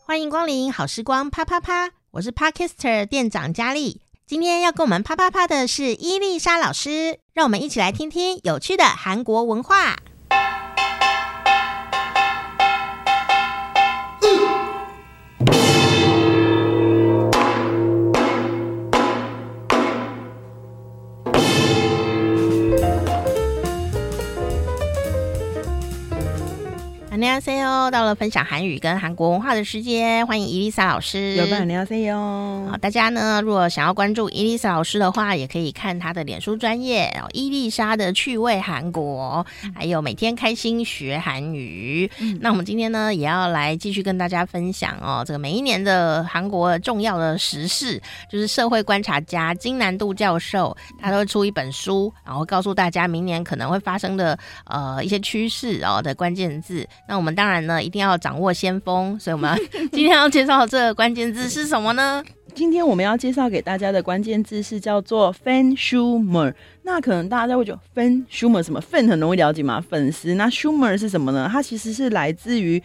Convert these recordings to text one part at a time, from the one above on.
欢迎光临好时光啪啪啪，我是 Podcaster 店长佳丽。今天要跟我们啪啪啪的是伊丽莎老师，让我们一起来听听有趣的韩国文化。안녕하세요，到了分享韩语跟韩国文化的时间，欢迎伊丽莎老师。 안녕하세요。 大家呢，如果想要关注伊丽莎老师的话，也可以看她的脸书专页伊丽莎的趣味韩国，还有每天开心学韩语。那我们今天呢，也要来继续跟大家分享这个每一年的韩国重要的时事，就是社会观察家金南度教授，他都会出一本书，然后告诉大家明年可能会发生的一些趋势的关键字。那我们当然呢，一定要掌握先锋，所以我们今天要介绍这个关键字是什么呢？ 今天我们要介绍给大家的关键字是叫做 fan Schumer。那可能大家会觉得 fan Schumer 什么 fan 很容易了解嘛，粉丝。那 Schumer 是什么呢？它其实是来自于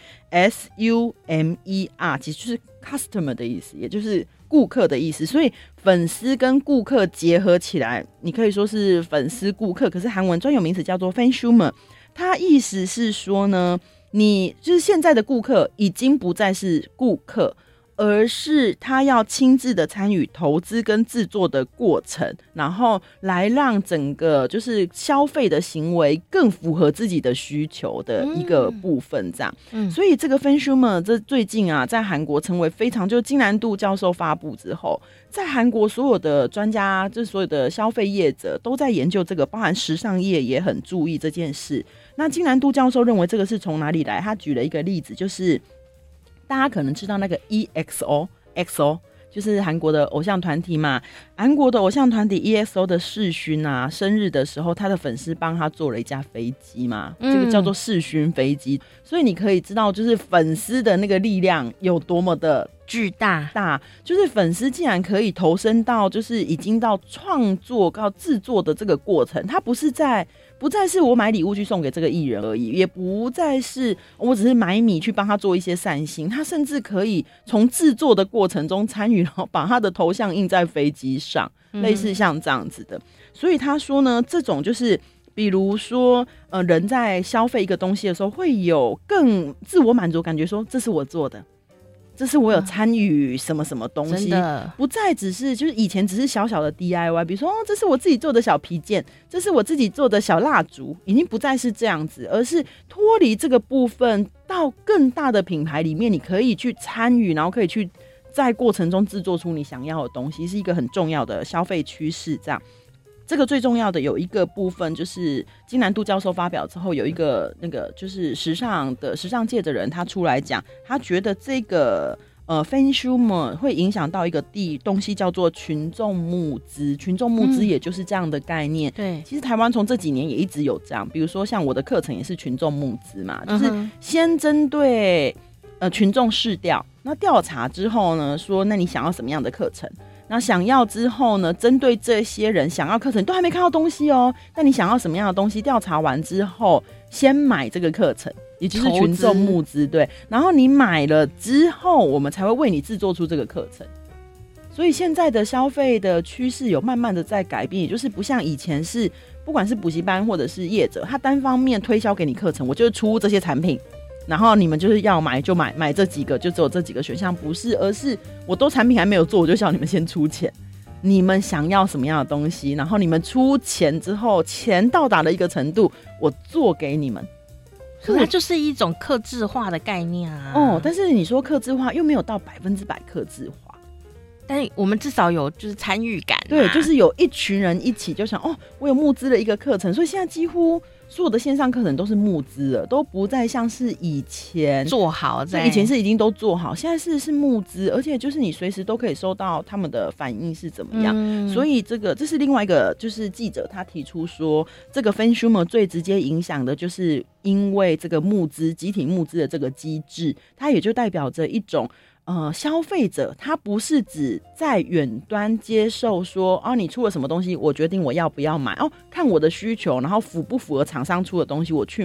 SUMER， 其实就是 customer 的意思，也就是顾客的意思。所以粉丝跟顾客结合起来，你可以说是粉丝顾客，可是韩文专有名词叫做 fan Schumer。它意思是说呢，你就是现在的顾客已经不再是顾客，而是他要亲自的参与投资跟制作的过程，然后来让整个就是消费的行为更符合自己的需求的一个部分这样。所以这个 consumer 这最近啊，在韩国成为非常，就是金南度教授发布之后，在韩国所有的专家，就是所有的消费业者都在研究这个，包含时尚业也很注意这件事。那金南度教授认为这个是从哪里来？他举了一个例子，就是大家可能知道那个 EXO 就是韩国的偶像团体嘛。韩国的偶像团体 EXO 的世勋啊，生日的时候，他的粉丝帮他做了一架飞机嘛，这个叫做世勋飞机。所以你可以知道，就是粉丝的那个力量有多么的巨大， 就是粉丝竟然可以投身到，就是已经到创作到制作的这个过程，他不再是我买礼物去送给这个艺人而已，也不再是我只是买米去帮他做一些善心，他甚至可以从制作的过程中参与，然后把他的头像印在飞机上，类似像这样子的。所以他说呢，这种就是比如说人在消费一个东西的时候，会有更自我满足感觉，说这是我做的，这是我有参与什么什么东西，不再只是就是以前只是小小的 DIY， 比如说这是我自己做的小皮件，这是我自己做的小蜡烛，已经不再是这样子，而是脱离这个部分到更大的品牌里面，你可以去参与，然后可以去在过程中制作出你想要的东西，是一个很重要的消费趋势。这样，这个最重要的有一个部分就是金南度教授发表之后，有一个那个就是时尚界的人，他出来讲，他觉得这个consumer 会影响到一个东西叫做群众募资。群众募资也就是这样的概念。 对， 其实台湾从这几年也一直有这样，比如说像我的课程也是群众募资嘛，就是先针对群众试调，那调查之后呢，说那你想要什么样的课程？那想要之后呢，针对这些人想要课程，都还没看到东西哦。那你想要什么样的东西？调查完之后，先买这个课程，也就是群众募资，对。然后你买了之后，我们才会为你制作出这个课程。所以现在的消费的趋势有慢慢的在改变，也就是不像以前是，不管是补习班或者是业者，他单方面推销给你课程，我就是出这些产品。然后你们就是要买就买这几个，就只有这几个选项，不是，而是我都产品还没有做，我就叫你们先出钱，你们想要什么样的东西，然后你们出钱之后，钱到达了一个程度，我做给你们。 所以它就是一种客制化的概念啊。 但是你说客制化又没有到100%客制化， 但是我们至少有就是参与感对，就是有一群人一起就想我有募资了一个课程，所以现在几乎所有的线上课程都是募资了，都不再像是以前做好， 以前是已经都做好，现在是募资，而且就是你随时都可以收到他们的反应是怎么样。所以这是另外一个，就是记者他提出说，这个 consumer 最直接影响的就是因为这个募资集体募资的这个机制，它也就代表着一种消费者他不是只在远端接受说你出了什么东西，我决定我要不要买看我的需求，然后符不符合厂商出的东西我去买，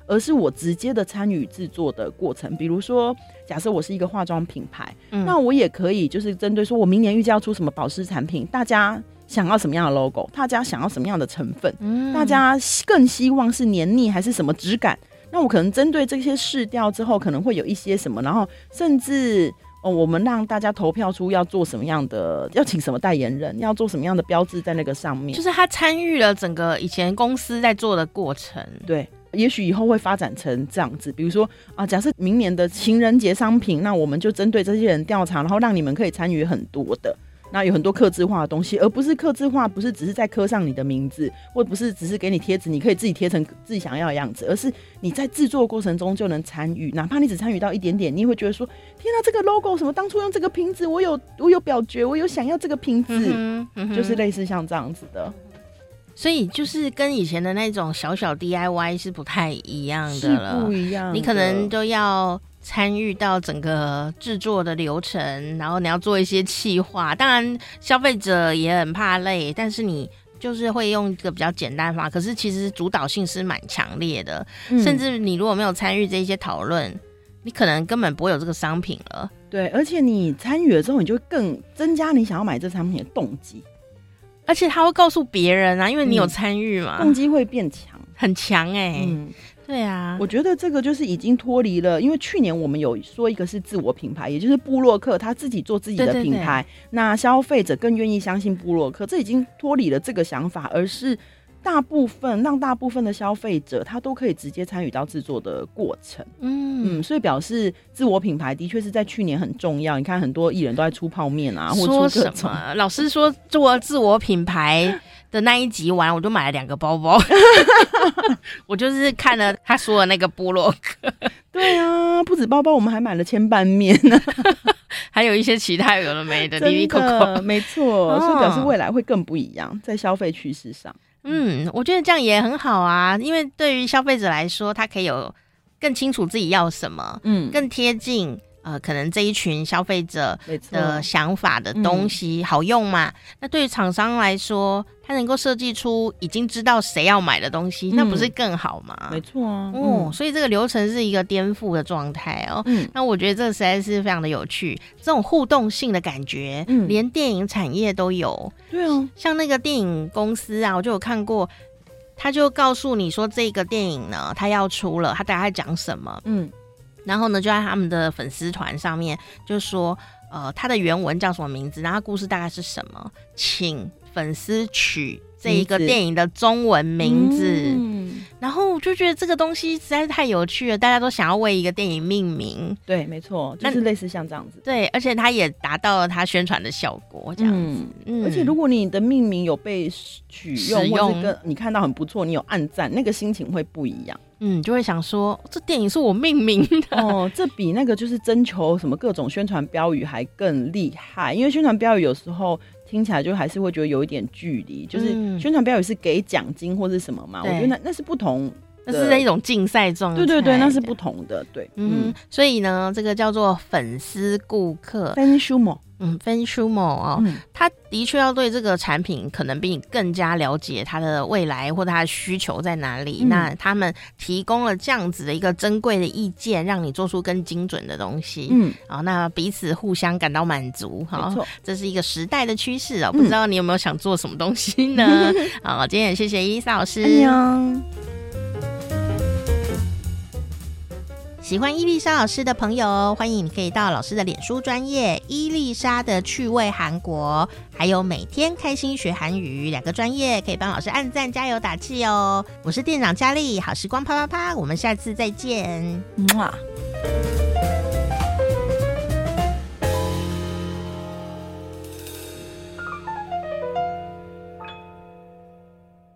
而是我直接的参与制作的过程。比如说假设我是一个化妆品牌，那我也可以就是针对说我明年预计要出什么保湿产品，大家想要什么样的 logo， 大家想要什么样的成分，大家更希望是黏腻还是什么质感，那我可能针对这些试调之后可能会有一些什么，然后甚至我们让大家投票出要做什么样的，要请什么代言人，要做什么样的标志在那个上面， 就是他参与了整个以前公司在做的过程。 对，也许以后会发展成这样子，比如说假设明年的情人节商品，那我们就针对这些人调查，然后让你们可以参与很多的，那有很多客制化的东西，而不是客制化不是只是在刻上你的名字，或不是只是给你贴纸，你可以自己贴成自己想要的样子，而是你在制作过程中就能参与，哪怕你只参与到一点点，你也会觉得说天啊，这个 logo 什么当初用这个瓶子，我有表决，我有想要这个瓶子，就是类似像这样子的。 所以就是跟以前的那种小小 DIY 是不太一样的了， 是不一样的， 你可能都要参与到整个制作的流程，然后你要做一些企划，当然消费者也很怕累，但是你就是会用一个比较简单法，可是其实主导性是蛮强烈的，甚至你如果没有参与这些讨论，你可能根本不会有这个商品了。 对，而且你参与了之后，你就会更增加你想要买这产品的动机， 而且他会告诉别人啊，因为你有参与嘛， 动机会变强， 很强对啊， 我觉得这个就是已经脱离了，因为去年我们有说一个是自我品牌，也就是部落客他自己做自己的品牌，对，那消费者更愿意相信部落客，这已经脱离了这个想法，而是让大部分的消费者他都可以直接参与到制作的过程。所以表示自我品牌的确是在去年很重要。你看很多艺人都在出泡面啊，或出各种。什么？ 老师说做自我品牌的那一集完，我就买了2个包包。我就是看了他说的那个部落格。 对啊，不止包包，我们还买了千拌面呢， 还有一些其他有的没的。 真的，没错，所以表示未来会更不一样，在消费趋势上。 我觉得这样也很好啊，因为对于消费者来说，他可以有更清楚自己要什么，更贴近可能这一群消费者的想法的东西，好用嘛。那对于厂商来说，他能够设计出已经知道谁要买的东西，那不是更好吗？ 没错啊， 所以这个流程是一个颠覆的状态哦。那我觉得这实在是非常的有趣，这种互动性的感觉，连电影产业都有。对啊，像那个电影公司啊，我就有看过。他就告诉你说这个电影呢他要出了，他大概讲什么，然后呢就在他们的粉丝团上面就说他的原文叫什么名字，然后故事大概是什么，请粉丝取这一个电影的中文名字，然后我就觉得这个东西实在是太有趣了，大家都想要为一个电影命名。 对，没错，就是类似像这样子。 对，而且它也达到了它宣传的效果，这样子。 而且如果你的命名有被取用，或者跟你看到很不错，你有按赞，那个心情会不一样。 就会想说这电影是我命名的这比那个就是征求什么各种宣传标语还更厉害，因为宣传标语有时候听起来就还是会觉得有一点距离，就是宣传标语是给奖金或是什么嘛，我觉得那是不同的， 那是一种竞赛状态， 对，那是不同的，对， 所以呢，这个叫做粉丝顾客 ，consumer，他的确要对这个产品可能比你更加了解它的未来或者它的需求在哪里，那他们提供了这样子的一个珍贵的意见，让你做出更精准的东西，那彼此互相感到满足，这是一个时代的趋势不知道你有没有想做什么东西呢？今天也谢谢伊丽莎老师。喜欢伊丽莎老师的朋友，欢迎你可以到老师的脸书专页伊丽莎的趣味韩国，还有每天开心学韩语2个专页，可以帮老师按赞加油打气哦。我是店长佳丽，好时光啪啪啪，我们下次再见。